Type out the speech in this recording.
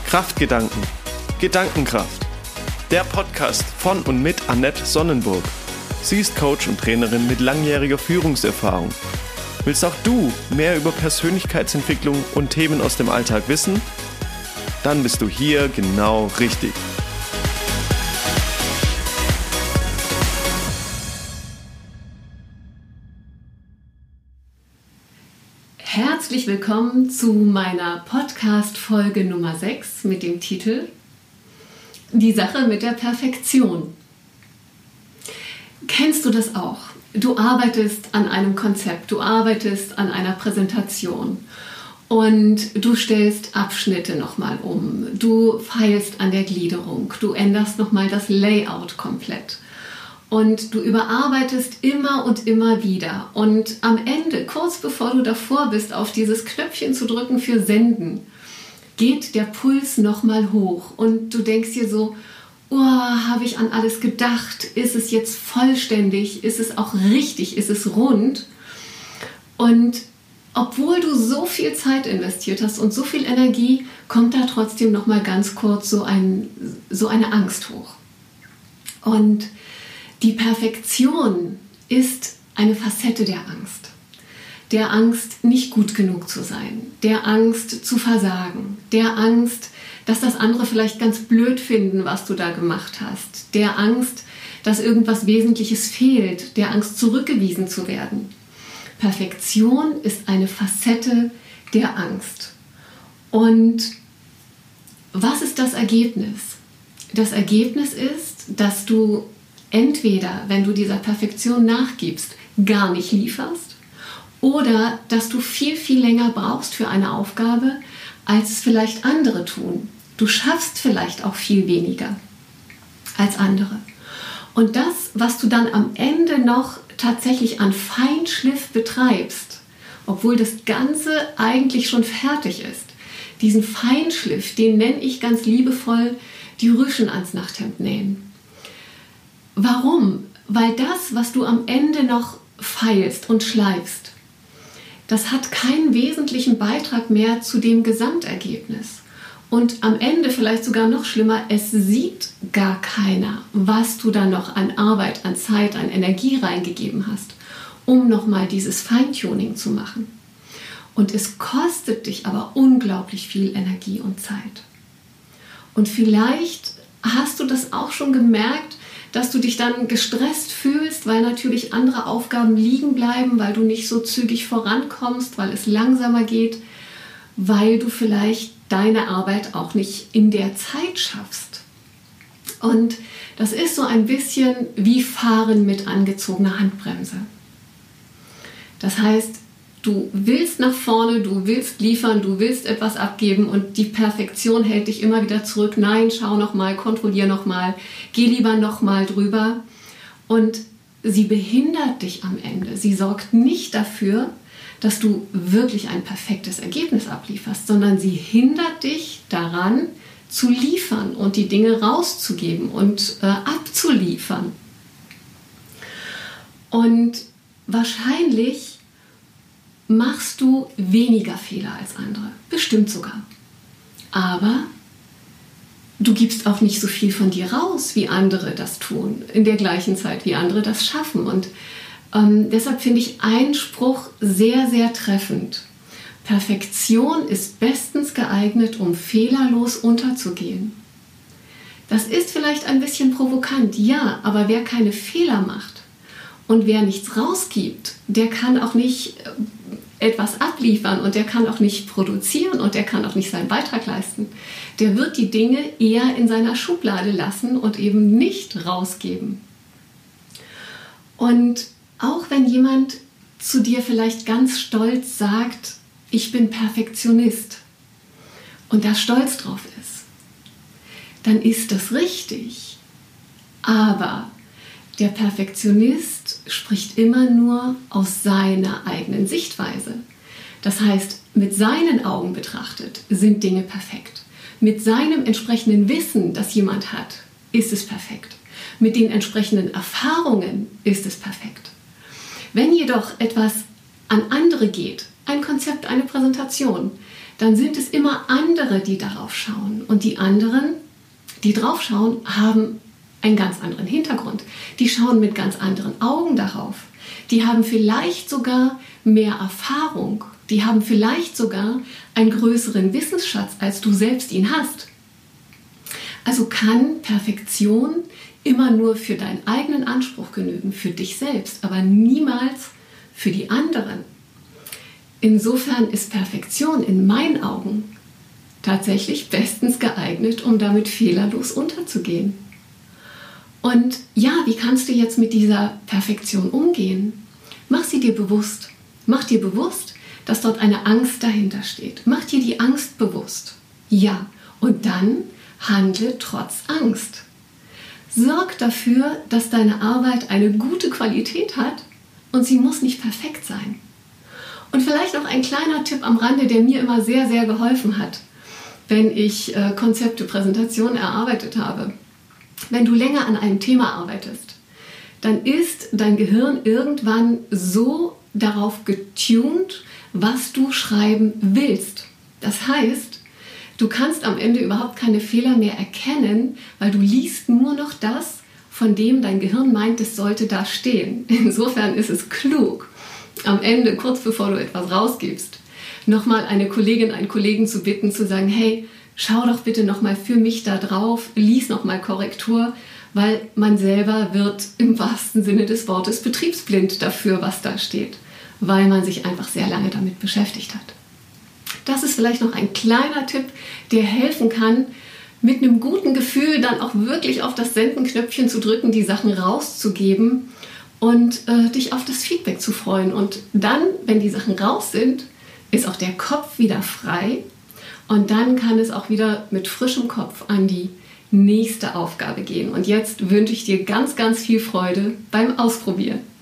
Kraftgedanken, Gedankenkraft. Der Podcast von und mit Annette Sonnenburg. Sie ist Coach und Trainerin mit langjähriger Führungserfahrung. Willst auch du mehr über Persönlichkeitsentwicklung und Themen aus dem Alltag wissen? Dann bist du hier genau richtig. Herzlich willkommen zu meiner Podcast-Folge Nummer 6 mit dem Titel Die Sache mit der Perfektion. Kennst du das auch? Du arbeitest an einem Konzept, du arbeitest an einer Präsentation und du stellst Abschnitte nochmal um, du feilst an der Gliederung, du änderst nochmal das Layout komplett. Und du überarbeitest immer und immer wieder. Und am Ende, kurz bevor du davor bist, auf dieses Knöpfchen zu drücken für Senden, geht der Puls nochmal hoch. Und du denkst dir so, oh, habe ich an alles gedacht? Ist es jetzt vollständig? Ist es auch richtig? Ist es rund? Und obwohl du so viel Zeit investiert hast und so viel Energie, kommt da trotzdem nochmal ganz kurz so eine Angst hoch. Und die Perfektion ist eine Facette der Angst. Der Angst, nicht gut genug zu sein. Der Angst, zu versagen. Der Angst, dass das andere vielleicht ganz blöd finden, was du da gemacht hast. Der Angst, dass irgendwas Wesentliches fehlt. Der Angst, zurückgewiesen zu werden. Perfektion ist eine Facette der Angst. Und was ist das Ergebnis? Das Ergebnis ist, dass du entweder, wenn du dieser Perfektion nachgibst, gar nicht lieferst oder dass du viel, viel länger brauchst für eine Aufgabe, als es vielleicht andere tun. Du schaffst vielleicht auch viel weniger als andere. Und das, was du dann am Ende noch tatsächlich an Feinschliff betreibst, obwohl das Ganze eigentlich schon fertig ist, diesen Feinschliff, den nenne ich ganz liebevoll die Rüschen ans Nachthemd nähen. Warum? Weil das, was du am Ende noch feilst und schleifst, das hat keinen wesentlichen Beitrag mehr zu dem Gesamtergebnis. Und am Ende vielleicht sogar noch schlimmer, es sieht gar keiner, was du da noch an Arbeit, an Zeit, an Energie reingegeben hast, um nochmal dieses Feintuning zu machen. Und es kostet dich aber unglaublich viel Energie und Zeit. Und vielleicht hast du das auch schon gemerkt, dass du dich dann gestresst fühlst, weil natürlich andere Aufgaben liegen bleiben, weil du nicht so zügig vorankommst, weil es langsamer geht, weil du vielleicht deine Arbeit auch nicht in der Zeit schaffst. Und das ist so ein bisschen wie Fahren mit angezogener Handbremse. Das heißt, du willst nach vorne, du willst liefern, du willst etwas abgeben und die Perfektion hält dich immer wieder zurück. Nein, schau nochmal, kontrollier nochmal, geh lieber nochmal drüber. Und sie behindert dich am Ende. Sie sorgt nicht dafür, dass du wirklich ein perfektes Ergebnis ablieferst, sondern sie hindert dich daran, zu liefern und die Dinge rauszugeben und abzuliefern. Und wahrscheinlich machst du weniger Fehler als andere. Bestimmt sogar. Aber du gibst auch nicht so viel von dir raus, wie andere das tun, in der gleichen Zeit, wie andere das schaffen. Und deshalb finde ich einen Spruch sehr, sehr treffend. Perfektion ist bestens geeignet, um fehlerlos unterzugehen. Das ist vielleicht ein bisschen provokant, ja, aber wer keine Fehler macht und wer nichts rausgibt, der kann auch nicht etwas abliefern und der kann auch nicht produzieren und der kann auch nicht seinen Beitrag leisten. Der wird die Dinge eher in seiner Schublade lassen und eben nicht rausgeben. Und auch wenn jemand zu dir vielleicht ganz stolz sagt, ich bin Perfektionist und da stolz drauf ist, dann ist das richtig. Aber der Perfektionist spricht immer nur aus seiner eigenen Sichtweise. Das heißt, mit seinen Augen betrachtet sind Dinge perfekt. Mit seinem entsprechenden Wissen, das jemand hat, ist es perfekt. Mit den entsprechenden Erfahrungen ist es perfekt. Wenn jedoch etwas an andere geht, ein Konzept, eine Präsentation, dann sind es immer andere, die darauf schauen. Und die anderen, die drauf schauen, haben einen ganz anderen Hintergrund. Die schauen mit ganz anderen Augen darauf. Die haben vielleicht sogar mehr Erfahrung. Die haben vielleicht sogar einen größeren Wissensschatz, als du selbst ihn hast. Also kann Perfektion immer nur für deinen eigenen Anspruch genügen, für dich selbst, aber niemals für die anderen. Insofern ist Perfektion in meinen Augen tatsächlich bestens geeignet, um damit fehlerlos unterzugehen. Und ja, wie kannst du jetzt mit dieser Perfektion umgehen? Mach sie dir bewusst. Mach dir bewusst, dass dort eine Angst dahinter steht. Mach dir die Angst bewusst. Ja, und dann handle trotz Angst. Sorg dafür, dass deine Arbeit eine gute Qualität hat und sie muss nicht perfekt sein. Und vielleicht noch ein kleiner Tipp am Rande, der mir immer sehr, sehr geholfen hat, wenn ich Konzepte, Präsentationen erarbeitet habe. Wenn du länger an einem Thema arbeitest, dann ist dein Gehirn irgendwann so darauf getuned, was du schreiben willst. Das heißt, du kannst am Ende überhaupt keine Fehler mehr erkennen, weil du liest nur noch das, von dem dein Gehirn meint, es sollte da stehen. Insofern ist es klug, am Ende, kurz bevor du etwas rausgibst, nochmal eine Kollegin, einen Kollegen zu bitten, zu sagen, hey, schau doch bitte nochmal für mich da drauf, lies nochmal Korrektur, weil man selber wird im wahrsten Sinne des Wortes betriebsblind dafür, was da steht, weil man sich einfach sehr lange damit beschäftigt hat. Das ist vielleicht noch ein kleiner Tipp, der helfen kann, mit einem guten Gefühl dann auch wirklich auf das Senden-Knöpfchen zu drücken, die Sachen rauszugeben und dich auf das Feedback zu freuen. Und dann, wenn die Sachen raus sind, ist auch der Kopf wieder frei und dann kann es auch wieder mit frischem Kopf an die nächste Aufgabe gehen. Und jetzt wünsche ich dir ganz, ganz viel Freude beim Ausprobieren.